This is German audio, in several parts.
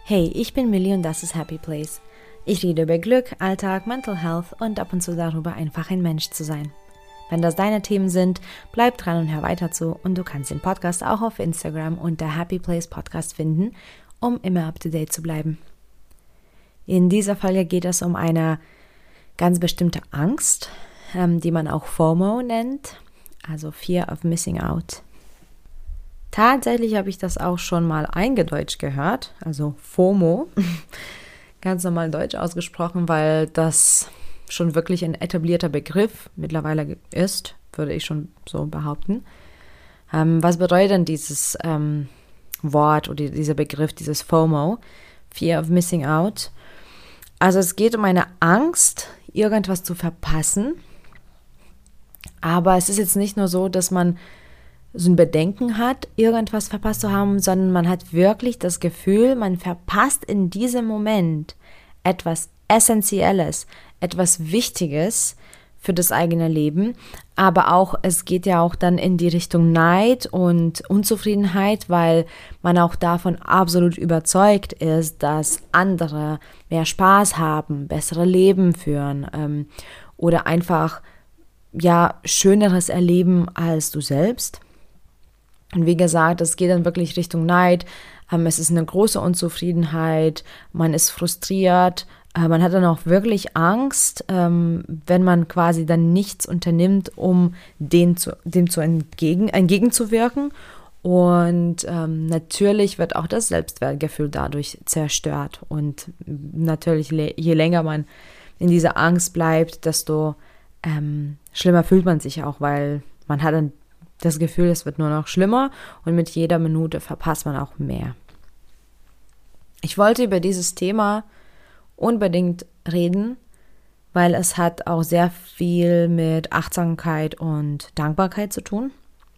Hey, ich bin Millie und das ist Happy Place. Ich rede über Glück, Alltag, Mental Health und ab und zu darüber, einfach ein Mensch zu sein. Wenn das deine Themen sind, bleib dran und hör weiter zu und du kannst den Podcast auch auf Instagram unter Happy Place Podcast finden, um immer up to date zu bleiben. In dieser Folge geht es um eine ganz bestimmte Angst, die man auch FOMO nennt, also Fear of Missing Out. Tatsächlich habe ich das auch schon mal eingedeutscht gehört, also FOMO, ganz normal deutsch ausgesprochen, weil das schon wirklich ein etablierter Begriff mittlerweile ist, würde ich schon so behaupten. Was bedeutet denn dieses Wort oder dieser Begriff, dieses FOMO, Fear of Missing Out? Also es geht um eine Angst, irgendwas zu verpassen, aber es ist jetzt nicht nur so, dass man so ein Bedenken hat, irgendwas verpasst zu haben, sondern man hat wirklich das Gefühl, man verpasst in diesem Moment etwas Essentielles, etwas Wichtiges für das eigene Leben, aber auch, es geht ja auch dann in die Richtung Neid und Unzufriedenheit, weil man auch davon absolut überzeugt ist, dass andere mehr Spaß haben, bessere Leben führen oder einfach schöneres erleben als du selbst. Und wie gesagt, es geht dann wirklich Richtung Neid, es ist eine große Unzufriedenheit, man ist frustriert, man hat dann auch wirklich Angst, wenn man quasi dann nichts unternimmt, um dem entgegenzuwirken. Und natürlich wird auch das Selbstwertgefühl dadurch zerstört. Und natürlich, je länger man in dieser Angst bleibt, desto schlimmer fühlt man sich auch, weil man hat dann das Gefühl, es wird nur noch schlimmer und mit jeder Minute verpasst man auch mehr. Ich wollte über dieses Thema unbedingt reden, weil es hat auch sehr viel mit Achtsamkeit und Dankbarkeit zu tun.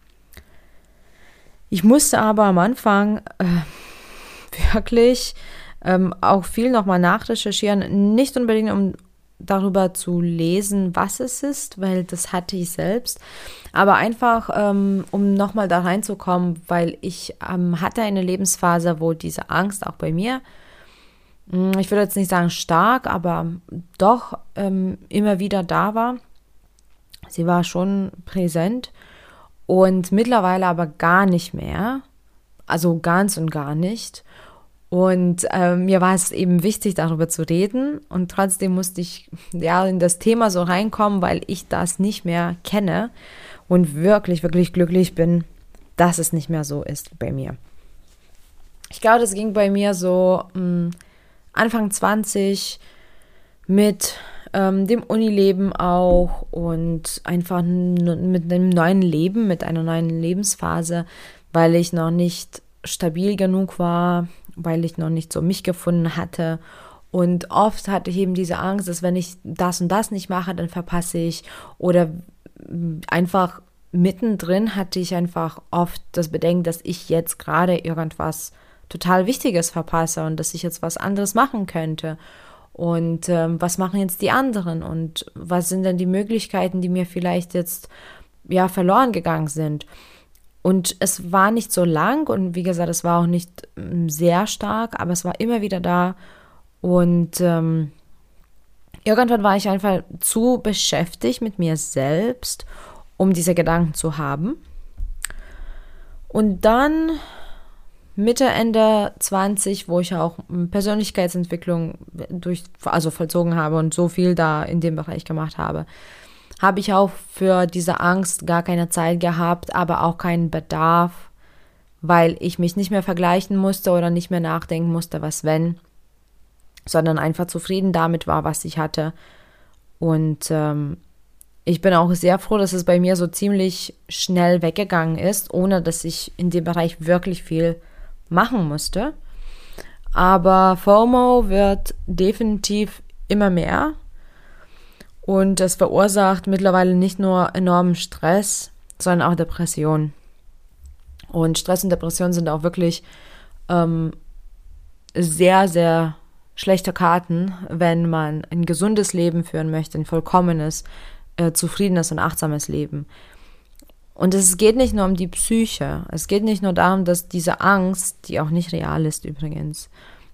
Ich musste aber am Anfang wirklich auch viel nochmal nachrecherchieren, nicht unbedingt um darüber zu lesen, was es ist, weil das hatte ich selbst, aber einfach, um nochmal da reinzukommen, weil ich hatte eine Lebensphase, wo diese Angst auch bei mir, ich würde jetzt nicht sagen stark, aber doch immer wieder da war. Sie war schon präsent und mittlerweile aber gar nicht mehr, also ganz und gar nicht. Und mir war es eben wichtig, darüber zu reden und trotzdem musste ich in das Thema so reinkommen, weil ich das nicht mehr kenne und wirklich, wirklich glücklich bin, dass es nicht mehr so ist bei mir. Ich glaube, das ging bei mir so Anfang 20 mit dem Unileben auch und einfach mit einem neuen Leben, mit einer neuen Lebensphase, weil ich noch nicht stabil genug war, weil ich noch nicht so mich gefunden hatte. Und oft hatte ich eben diese Angst, dass wenn ich das und das nicht mache, dann verpasse ich. Oder einfach mittendrin hatte ich einfach oft das Bedenken, dass ich jetzt gerade irgendwas total Wichtiges verpasse und dass ich jetzt was anderes machen könnte. Und was machen jetzt die anderen? Und was sind denn die Möglichkeiten, die mir vielleicht jetzt verloren gegangen sind? Und es war nicht so lang und wie gesagt, es war auch nicht sehr stark, aber es war immer wieder da. Und irgendwann war ich einfach zu beschäftigt mit mir selbst, um diese Gedanken zu haben. Und dann Mitte, Ende 20, wo ich auch Persönlichkeitsentwicklung vollzogen habe und so viel da in dem Bereich gemacht habe ich auch für diese Angst gar keine Zeit gehabt, aber auch keinen Bedarf, weil ich mich nicht mehr vergleichen musste oder nicht mehr nachdenken musste, was wenn, sondern einfach zufrieden damit war, was ich hatte. Und ich bin auch sehr froh, dass es bei mir so ziemlich schnell weggegangen ist, ohne dass ich in dem Bereich wirklich viel machen musste. Aber FOMO wird definitiv immer mehr. Und das verursacht mittlerweile nicht nur enormen Stress, sondern auch Depression. Und Stress und Depression sind auch wirklich sehr, sehr schlechte Karten, wenn man ein gesundes Leben führen möchte, ein vollkommenes, zufriedenes und achtsames Leben. Und es geht nicht nur um die Psyche. Es geht nicht nur darum, dass diese Angst, die auch nicht real ist übrigens,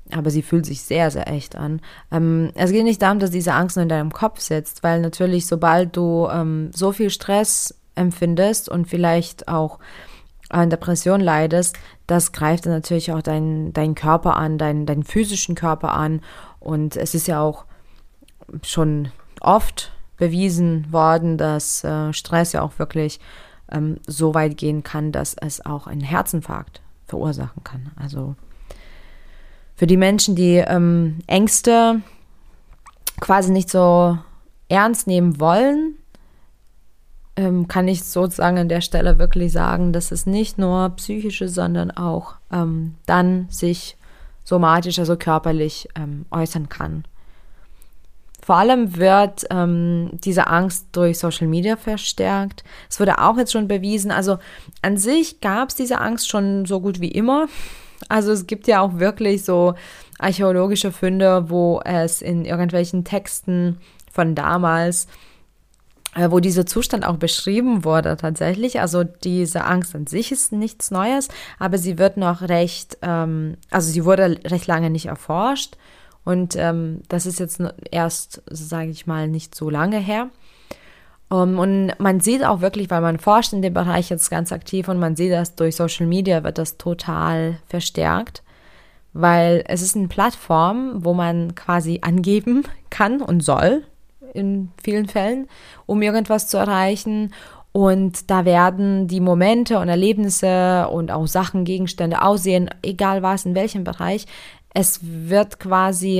aber sie fühlt sich sehr, sehr echt an. Es geht nicht darum, dass diese Angst nur in deinem Kopf sitzt, weil natürlich, sobald du so viel Stress empfindest und vielleicht auch an Depression leidest, das greift dann natürlich auch deinen Körper an, deinen physischen Körper an. Und es ist ja auch schon oft bewiesen worden, dass Stress ja auch wirklich so weit gehen kann, dass es auch einen Herzinfarkt verursachen kann. Also für die Menschen, die Ängste quasi nicht so ernst nehmen wollen, kann ich sozusagen an der Stelle wirklich sagen, dass es nicht nur psychische, sondern auch dann sich somatisch, also körperlich äußern kann. Vor allem wird diese Angst durch Social Media verstärkt. Es wurde auch jetzt schon bewiesen, also an sich gab es diese Angst schon so gut wie immer. Also es gibt ja auch wirklich so archäologische Funde, wo es in irgendwelchen Texten von damals, wo dieser Zustand auch beschrieben wurde tatsächlich. Also diese Angst an sich ist nichts Neues, aber sie wird noch also sie wurde recht lange nicht erforscht. Und das ist jetzt erst, sage ich mal, nicht so lange her. Und man sieht auch wirklich, weil man forscht in dem Bereich jetzt ganz aktiv und man sieht, dass durch Social Media wird das total verstärkt, weil es ist eine Plattform, wo man quasi angeben kann und soll in vielen Fällen, um irgendwas zu erreichen. Und da werden die Momente und Erlebnisse und auch Sachen, Gegenstände, Aussehen, egal was, in welchem Bereich, es wird quasi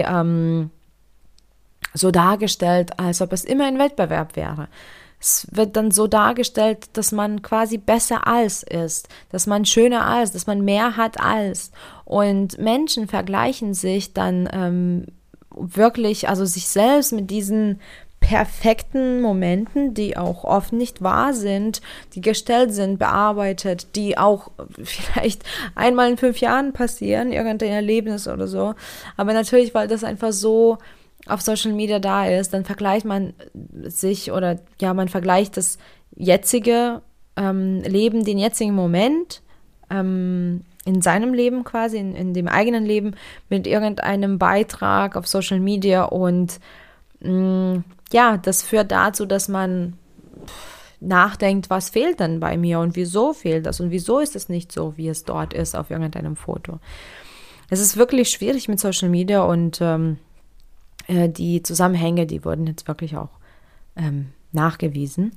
so dargestellt, als ob es immer ein Wettbewerb wäre. Es wird dann so dargestellt, dass man quasi besser als ist, dass man schöner als, dass man mehr hat als. Und Menschen vergleichen sich dann wirklich, also sich selbst mit diesen perfekten Momenten, die auch oft nicht wahr sind, die gestellt sind, bearbeitet, die auch vielleicht einmal in 5 Jahren passieren, irgendein Erlebnis oder so. Aber natürlich, weil das einfach so auf Social Media da ist, dann vergleicht man sich oder ja, man vergleicht das jetzige Leben, den jetzigen Moment in seinem Leben quasi, in dem eigenen Leben mit irgendeinem Beitrag auf Social Media und ja, das führt dazu, dass man nachdenkt, was fehlt denn bei mir und wieso fehlt das und wieso ist es nicht so, wie es dort ist auf irgendeinem Foto. Es ist wirklich schwierig mit Social Media und die Zusammenhänge, die wurden jetzt wirklich auch nachgewiesen.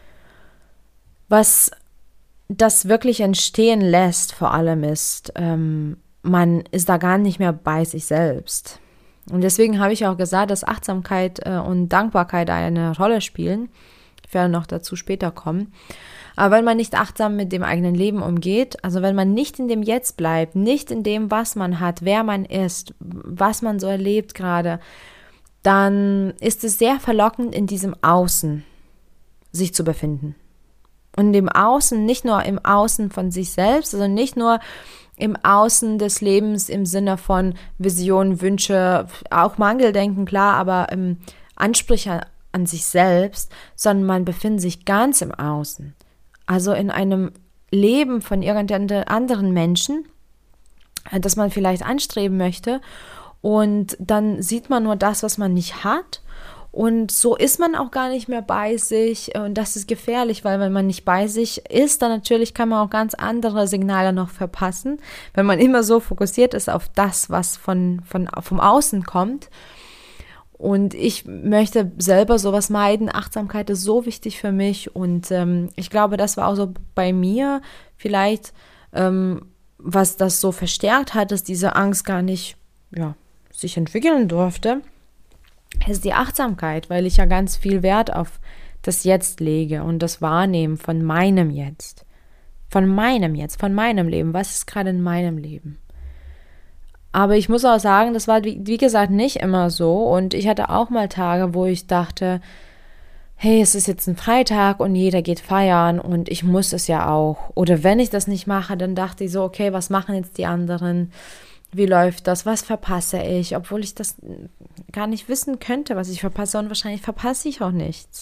Was das wirklich entstehen lässt, vor allem ist, man ist da gar nicht mehr bei sich selbst. Und deswegen habe ich auch gesagt, dass Achtsamkeit und Dankbarkeit eine Rolle spielen. Ich werde noch dazu später kommen. Aber wenn man nicht achtsam mit dem eigenen Leben umgeht, also wenn man nicht in dem Jetzt bleibt, nicht in dem, was man hat, wer man ist, was man so erlebt gerade, dann ist es sehr verlockend, in diesem Außen sich zu befinden. Und im Außen, nicht nur im Außen von sich selbst, also nicht nur im Außen des Lebens im Sinne von Visionen, Wünsche, auch Mangeldenken, klar, aber Ansprüche an sich selbst, sondern man befindet sich ganz im Außen. Also in einem Leben von irgendeinem anderen Menschen, das man vielleicht anstreben möchte. Und dann sieht man nur das, was man nicht hat. Und so ist man auch gar nicht mehr bei sich. Und das ist gefährlich, weil wenn man nicht bei sich ist, dann natürlich kann man auch ganz andere Signale noch verpassen. Wenn man immer so fokussiert ist auf das, was vom Außen kommt. Und ich möchte selber sowas meiden. Achtsamkeit ist so wichtig für mich. Und ich glaube, das war auch so bei mir vielleicht, was das so verstärkt hat, dass diese Angst gar nicht sich entwickeln durfte, ist die Achtsamkeit, weil ich ja ganz viel Wert auf das Jetzt lege und das Wahrnehmen von meinem Jetzt. Von meinem Jetzt, von meinem Leben. Was ist gerade in meinem Leben? Aber ich muss auch sagen, das war, wie gesagt, nicht immer so. Und ich hatte auch mal Tage, wo ich dachte, hey, es ist jetzt ein Freitag und jeder geht feiern und ich muss es ja auch. Oder wenn ich das nicht mache, dann dachte ich so, okay, was machen jetzt die anderen? Wie läuft das? Was verpasse ich? Obwohl ich das gar nicht wissen könnte, was ich verpasse. Und wahrscheinlich verpasse ich auch nichts.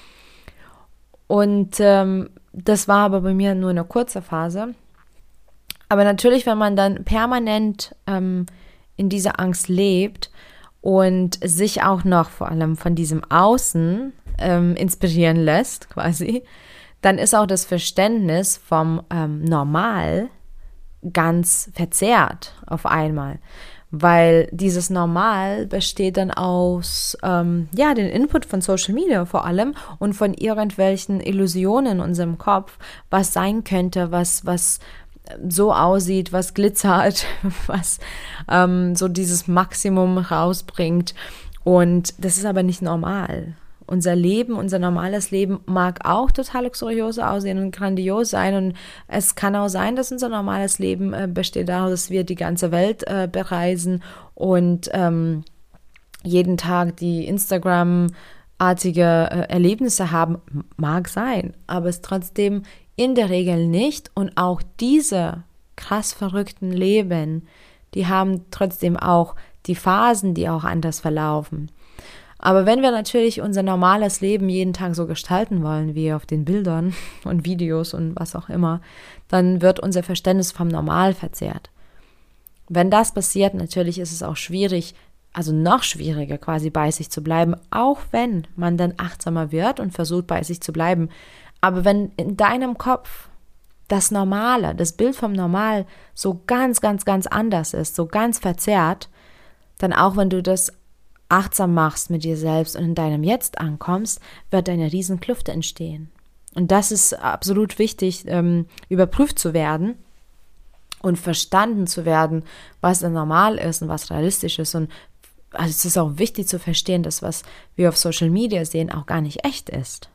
Und das war aber bei mir nur eine kurze Phase. Aber natürlich, wenn man dann permanent in dieser Angst lebt und sich auch noch vor allem von diesem Außen inspirieren lässt, quasi, dann ist auch das Verständnis vom Normal ganz verzerrt auf einmal. Weil dieses Normal besteht dann aus den Input von Social Media vor allem und von irgendwelchen Illusionen in unserem Kopf, was sein könnte, was so aussieht, was glitzert, was so dieses Maximum rausbringt. Und das ist aber nicht normal. Unser Leben, unser normales Leben mag auch total luxuriös aussehen und grandios sein. Und es kann auch sein, dass unser normales Leben besteht daraus, dass wir die ganze Welt bereisen und jeden Tag die Instagram-artige Erlebnisse haben. Mag sein, aber es trotzdem in der Regel nicht. Und auch diese krass verrückten Leben, die haben trotzdem auch die Phasen, die auch anders verlaufen. Aber wenn wir natürlich unser normales Leben jeden Tag so gestalten wollen, wie auf den Bildern und Videos und was auch immer, dann wird unser Verständnis vom Normal verzerrt. Wenn das passiert, natürlich ist es auch schwierig, also noch schwieriger quasi bei sich zu bleiben, auch wenn man dann achtsamer wird und versucht bei sich zu bleiben. Aber wenn in deinem Kopf das Normale, das Bild vom Normal so ganz, ganz, ganz anders ist, so ganz verzerrt, dann auch wenn du das achtsam machst mit dir selbst und in deinem Jetzt ankommst, wird eine riesen Kluft entstehen. Und das ist absolut wichtig, überprüft zu werden und verstanden zu werden, was dann normal ist und was realistisch ist. Und also es ist auch wichtig zu verstehen, dass was wir auf Social Media sehen, auch gar nicht echt ist.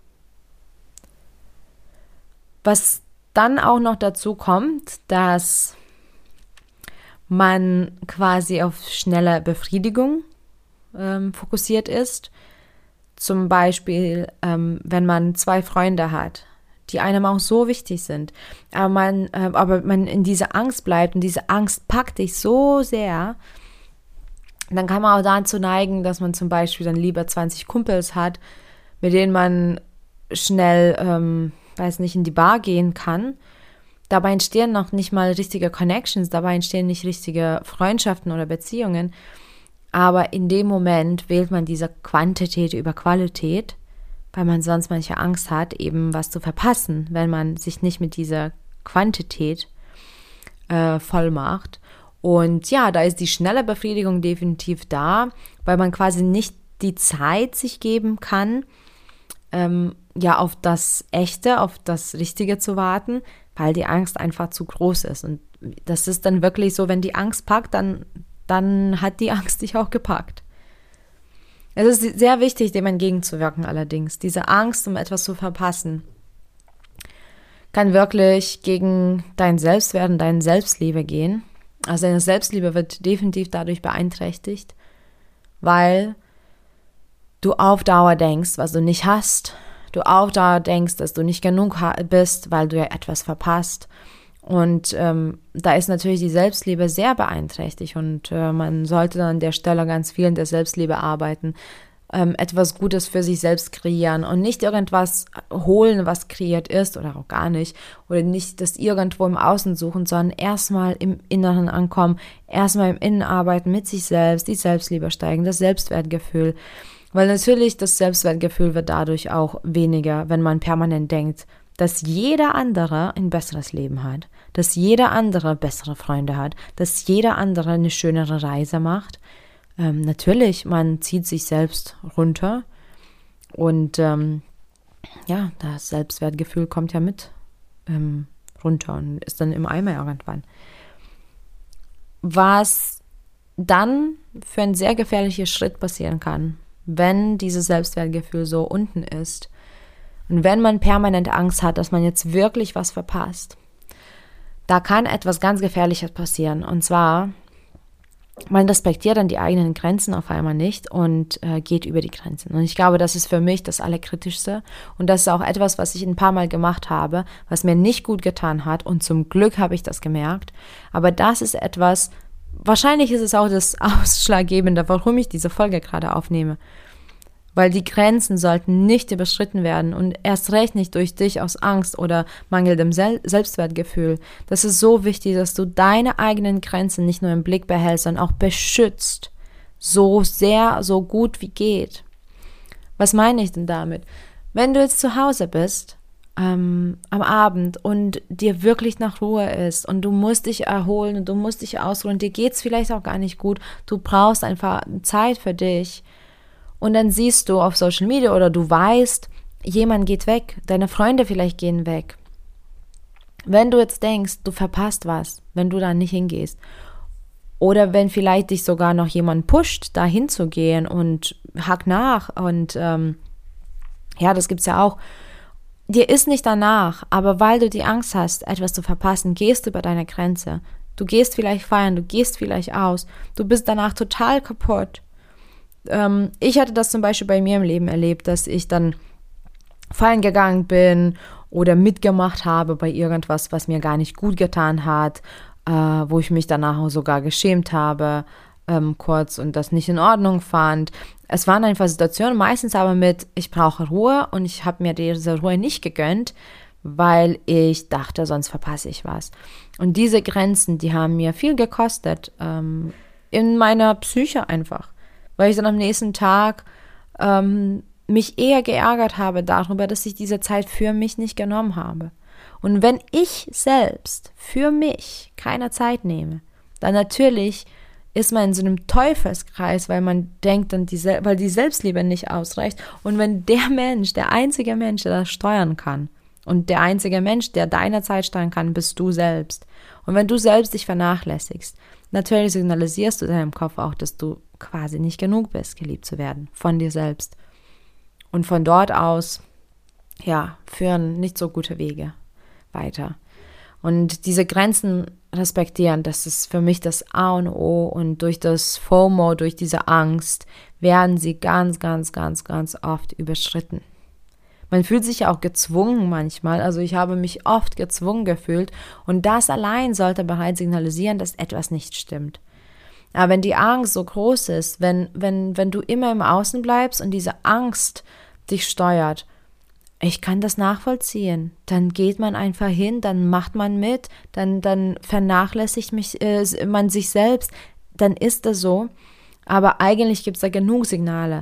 Was dann auch noch dazu kommt, dass man quasi auf schnelle Befriedigung fokussiert ist. Zum Beispiel, wenn man 2 Freunde hat, die einem auch so wichtig sind, aber man in dieser Angst bleibt und diese Angst packt dich so sehr, dann kann man auch dazu neigen, dass man zum Beispiel dann lieber 20 Kumpels hat, mit denen man schnell, in die Bar gehen kann. Dabei entstehen noch nicht mal richtige Connections, dabei entstehen nicht richtige Freundschaften oder Beziehungen. Aber in dem Moment wählt man diese Quantität über Qualität, weil man sonst manche Angst hat, eben was zu verpassen, wenn man sich nicht mit dieser Quantität voll macht. Und ja, da ist die schnelle Befriedigung definitiv da, weil man quasi nicht die Zeit sich geben kann, auf das Echte, auf das Richtige zu warten, weil die Angst einfach zu groß ist. Und das ist dann wirklich so, wenn die Angst packt, dann hat die Angst dich auch gepackt. Es ist sehr wichtig, dem entgegenzuwirken allerdings. Diese Angst, um etwas zu verpassen, kann wirklich gegen dein Selbstwert und deine Selbstliebe gehen. Also deine Selbstliebe wird definitiv dadurch beeinträchtigt, weil du auf Dauer denkst, was du nicht hast. Du auf Dauer denkst, dass du nicht genug bist, weil du ja etwas verpasst. Und da ist natürlich die Selbstliebe sehr beeinträchtigt und man sollte dann an der Stelle ganz viel in der Selbstliebe arbeiten, etwas Gutes für sich selbst kreieren und nicht irgendwas holen, was kreiert ist oder auch gar nicht oder nicht das irgendwo im Außen suchen, sondern erstmal im Inneren ankommen, erstmal im Innen arbeiten mit sich selbst, die Selbstliebe steigen, das Selbstwertgefühl. Weil natürlich das Selbstwertgefühl wird dadurch auch weniger, wenn man permanent denkt, dass jeder andere ein besseres Leben hat, dass jeder andere bessere Freunde hat, dass jeder andere eine schönere Reise macht. Natürlich, man zieht sich selbst runter und das Selbstwertgefühl kommt ja mit runter und ist dann im Eimer irgendwann. Was dann für ein sehr gefährlicher Schritt passieren kann, wenn dieses Selbstwertgefühl so unten ist, und wenn man permanent Angst hat, dass man jetzt wirklich was verpasst, da kann etwas ganz Gefährliches passieren. Und zwar, man respektiert dann die eigenen Grenzen auf einmal nicht und geht über die Grenzen. Und ich glaube, das ist für mich das Allerkritischste. Und das ist auch etwas, was ich ein paar Mal gemacht habe, was mir nicht gut getan hat. Und zum Glück habe ich das gemerkt. Aber das ist etwas, wahrscheinlich ist es auch das Ausschlaggebende, warum ich diese Folge gerade aufnehme. Weil die Grenzen sollten nicht überschritten werden und erst recht nicht durch dich aus Angst oder mangelndem Selbstwertgefühl. Das ist so wichtig, dass du deine eigenen Grenzen nicht nur im Blick behältst, sondern auch beschützt. So sehr, so gut wie geht. Was meine ich denn damit? Wenn du jetzt zu Hause bist, am Abend und dir wirklich nach Ruhe ist und du musst dich erholen und du musst dich ausruhen, dir geht's vielleicht auch gar nicht gut, du brauchst einfach Zeit für dich und dann siehst du auf Social Media oder du weißt, jemand geht weg, deine Freunde vielleicht gehen weg. Wenn du jetzt denkst, du verpasst was, wenn du da nicht hingehst oder wenn vielleicht dich sogar noch jemand pusht, da hinzugehen und hack nach und ja, das gibt's ja auch. Dir ist nicht danach, aber weil du die Angst hast, etwas zu verpassen, gehst du über deine Grenze. Du gehst vielleicht feiern, du gehst vielleicht aus, du bist danach total kaputt. Ich hatte das zum Beispiel bei mir im Leben erlebt, dass ich dann feiern gegangen bin oder mitgemacht habe bei irgendwas, was mir gar nicht gut getan hat, wo ich mich danach sogar geschämt habe, kurz und das nicht in Ordnung fand. Es waren einfach Situationen, meistens aber mit, ich brauche Ruhe und ich habe mir diese Ruhe nicht gegönnt, weil ich dachte, sonst verpasse ich was. Und diese Grenzen, die haben mir viel gekostet, in meiner Psyche einfach, weil ich dann am nächsten Tag mich eher geärgert habe darüber, dass ich diese Zeit für mich nicht genommen habe. Und wenn ich selbst für mich keine Zeit nehme, dann natürlich ist man in so einem Teufelskreis, weil man denkt, weil die Selbstliebe nicht ausreicht. Und wenn der Mensch, der einzige Mensch, der das steuern kann und der einzige Mensch, der deine Zeit steuern kann, bist du selbst. Und wenn du selbst dich vernachlässigst, natürlich signalisierst du deinem Kopf auch, dass du quasi nicht genug bist, geliebt zu werden von dir selbst. Und von dort aus, ja, führen nicht so gute Wege weiter. Und diese Grenzen respektieren, das ist für mich das A und O. Und durch das FOMO, durch diese Angst, werden sie ganz, ganz, ganz, ganz oft überschritten. Man fühlt sich ja auch gezwungen manchmal. Also ich habe mich oft gezwungen gefühlt. Und das allein sollte bereits signalisieren, dass etwas nicht stimmt. Aber wenn die Angst so groß ist, wenn du immer im Außen bleibst und diese Angst dich steuert, ich kann das nachvollziehen. Dann geht man einfach hin, dann macht man mit, dann vernachlässigt man sich selbst, dann ist das so. Aber eigentlich gibt es da genug Signale,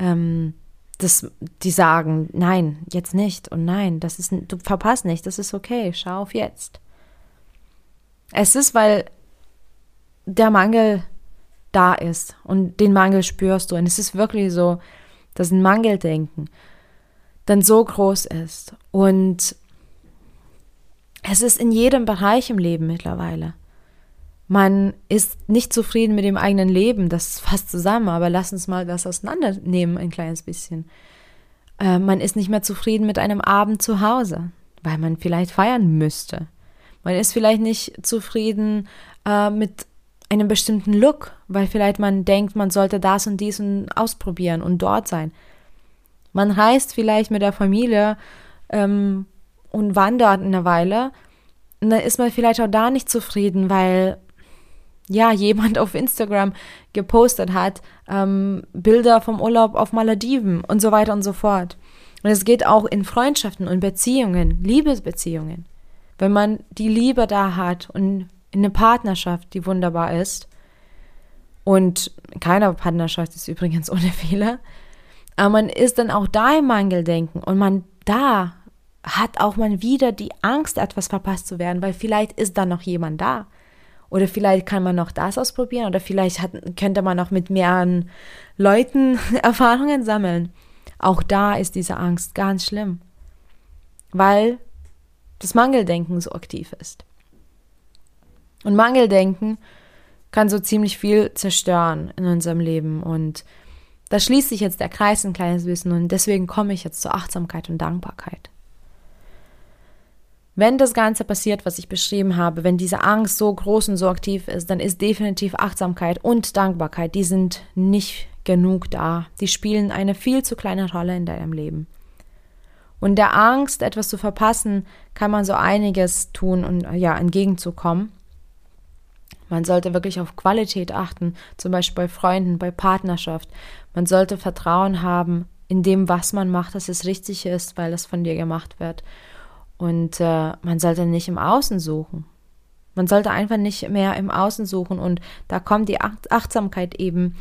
die sagen, nein, jetzt nicht und nein, du verpasst nicht, das ist okay, schau auf jetzt. Es ist, weil der Mangel da ist und den Mangel spürst du. Und es ist wirklich so, dass ein Mangeldenken dann so groß ist. Und es ist in jedem Bereich im Leben mittlerweile. Man ist nicht zufrieden mit dem eigenen Leben, das fasst zusammen, aber lass uns mal das auseinandernehmen ein kleines bisschen. Man ist nicht mehr zufrieden mit einem Abend zu Hause, weil man vielleicht feiern müsste. Man ist vielleicht nicht zufrieden mit einem bestimmten Look, weil vielleicht man denkt, man sollte das und dies ausprobieren und dort sein. Man reist vielleicht mit der Familie und wandert eine Weile und dann ist man vielleicht auch da nicht zufrieden, weil ja jemand auf Instagram gepostet hat, Bilder vom Urlaub auf Malediven und so weiter und so fort. Und es geht auch in Freundschaften und Beziehungen, Liebesbeziehungen. Wenn man die Liebe da hat und in eine Partnerschaft, die wunderbar ist, und keine Partnerschaft ist übrigens ohne Fehler, aber man ist dann auch da im Mangeldenken und da hat auch man wieder die Angst, etwas verpasst zu werden, weil vielleicht ist da noch jemand da. Oder vielleicht kann man noch das ausprobieren oder vielleicht könnte man noch mit mehreren Leuten Erfahrungen sammeln. Auch da ist diese Angst ganz schlimm, weil das Mangeldenken so aktiv ist. Und Mangeldenken kann so ziemlich viel zerstören in unserem Leben. Und da schließt sich jetzt der Kreis ein kleines bisschen und deswegen komme ich jetzt zur Achtsamkeit und Dankbarkeit. Wenn das Ganze passiert, was ich beschrieben habe, wenn diese Angst so groß und so aktiv ist, dann ist definitiv Achtsamkeit und Dankbarkeit, die sind nicht genug da. Die spielen eine viel zu kleine Rolle in deinem Leben. Und der Angst, etwas zu verpassen, kann man so einiges tun, um entgegenzukommen. Man sollte wirklich auf Qualität achten, zum Beispiel bei Freunden, bei Partnerschaft. Man sollte Vertrauen haben in dem, was man macht, dass es richtig ist, weil es von dir gemacht wird. Und man sollte nicht im Außen suchen. Man sollte einfach nicht mehr im Außen suchen. Und da kommt die Achtsamkeit eben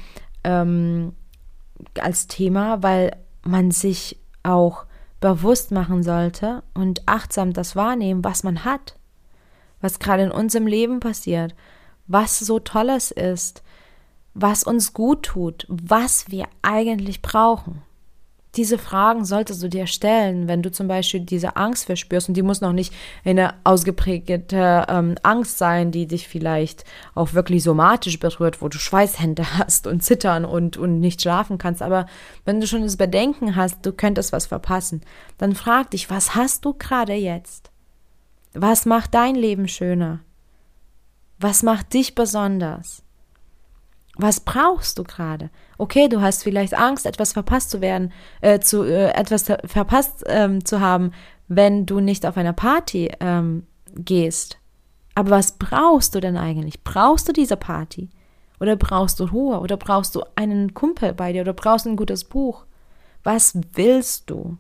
als Thema, weil man sich auch bewusst machen sollte und achtsam das wahrnehmen, was man hat, was gerade in unserem Leben passiert, was so Tolles ist, was uns gut tut, was wir eigentlich brauchen. Diese Fragen solltest du dir stellen, wenn du zum Beispiel diese Angst verspürst, und die muss noch nicht eine ausgeprägte Angst sein, die dich vielleicht auch wirklich somatisch berührt, wo du Schweißhände hast und zittern und nicht schlafen kannst, aber wenn du schon das Bedenken hast, du könntest was verpassen, dann frag dich, was hast du gerade jetzt? Was macht dein Leben schöner? Was macht dich besonders? Was brauchst du gerade? Okay, du hast vielleicht Angst, etwas verpasst zu werden, etwas verpasst zu haben, wenn du nicht auf einer Party gehst. Aber was brauchst du denn eigentlich? Brauchst du diese Party? Oder brauchst du Ruhe? Oder brauchst du einen Kumpel bei dir? Oder brauchst du ein gutes Buch? Was willst du?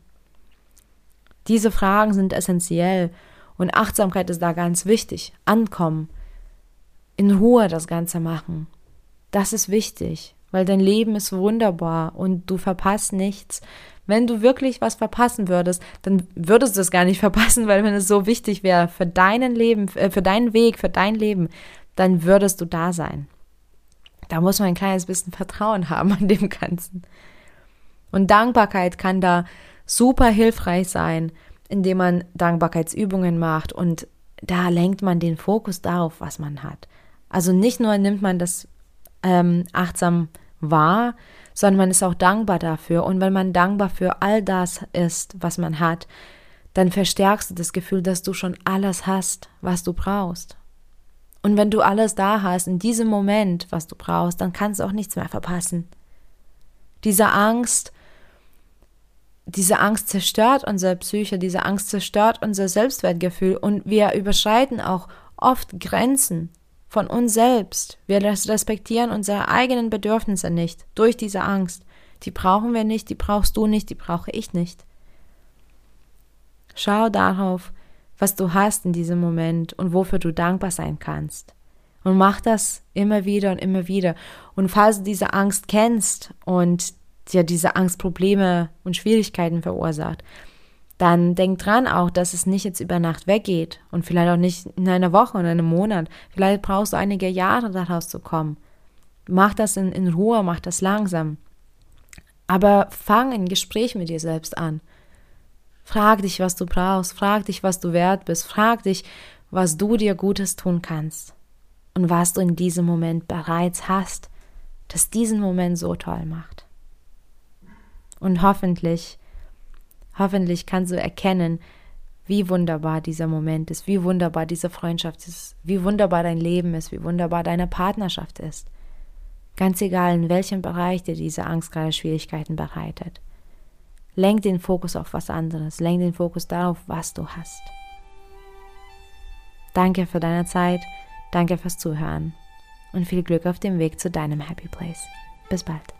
Diese Fragen sind essentiell und Achtsamkeit ist da ganz wichtig. Ankommen, in Ruhe das Ganze machen. Das ist wichtig, weil dein Leben ist wunderbar und du verpasst nichts. Wenn du wirklich was verpassen würdest, dann würdest du es gar nicht verpassen, weil wenn es so wichtig wäre für deinen Leben, für deinen Weg, für dein Leben, dann würdest du da sein. Da muss man ein kleines bisschen Vertrauen haben an dem Ganzen. Und Dankbarkeit kann da super hilfreich sein, indem man Dankbarkeitsübungen macht und da lenkt man den Fokus darauf, was man hat. Also nicht nur nimmt man das achtsam wahr, sondern man ist auch dankbar dafür. Und wenn man dankbar für all das ist, was man hat, dann verstärkst du das Gefühl, dass du schon alles hast, was du brauchst. Und wenn du alles da hast, in diesem Moment, was du brauchst, dann kannst du auch nichts mehr verpassen. Diese Angst zerstört unsere Psyche, diese Angst zerstört unser Selbstwertgefühl und wir überschreiten auch oft Grenzen von uns selbst. Wir respektieren unsere eigenen Bedürfnisse nicht durch diese Angst. Die brauchen wir nicht, die brauchst du nicht, die brauche ich nicht. Schau darauf, was du hast in diesem Moment und wofür du dankbar sein kannst. Und mach das immer wieder und immer wieder. Und falls du diese Angst kennst und dir diese Angst Probleme und Schwierigkeiten verursacht, dann denk dran auch, dass es nicht jetzt über Nacht weggeht und vielleicht auch nicht in einer Woche oder einem Monat. Vielleicht brauchst du einige Jahre daraus zu kommen. Mach das in Ruhe, mach das langsam. Aber fang ein Gespräch mit dir selbst an. Frag dich, was du brauchst, frag dich, was du wert bist, frag dich, was du dir Gutes tun kannst und was du in diesem Moment bereits hast, das diesen Moment so toll macht. Und hoffentlich kannst du erkennen, wie wunderbar dieser Moment ist, wie wunderbar diese Freundschaft ist, wie wunderbar dein Leben ist, wie wunderbar deine Partnerschaft ist. Ganz egal, in welchem Bereich dir diese Angst gerade Schwierigkeiten bereitet. Lenk den Fokus auf was anderes, lenk den Fokus darauf, was du hast. Danke für deine Zeit, danke fürs Zuhören und viel Glück auf dem Weg zu deinem Happy Place. Bis bald.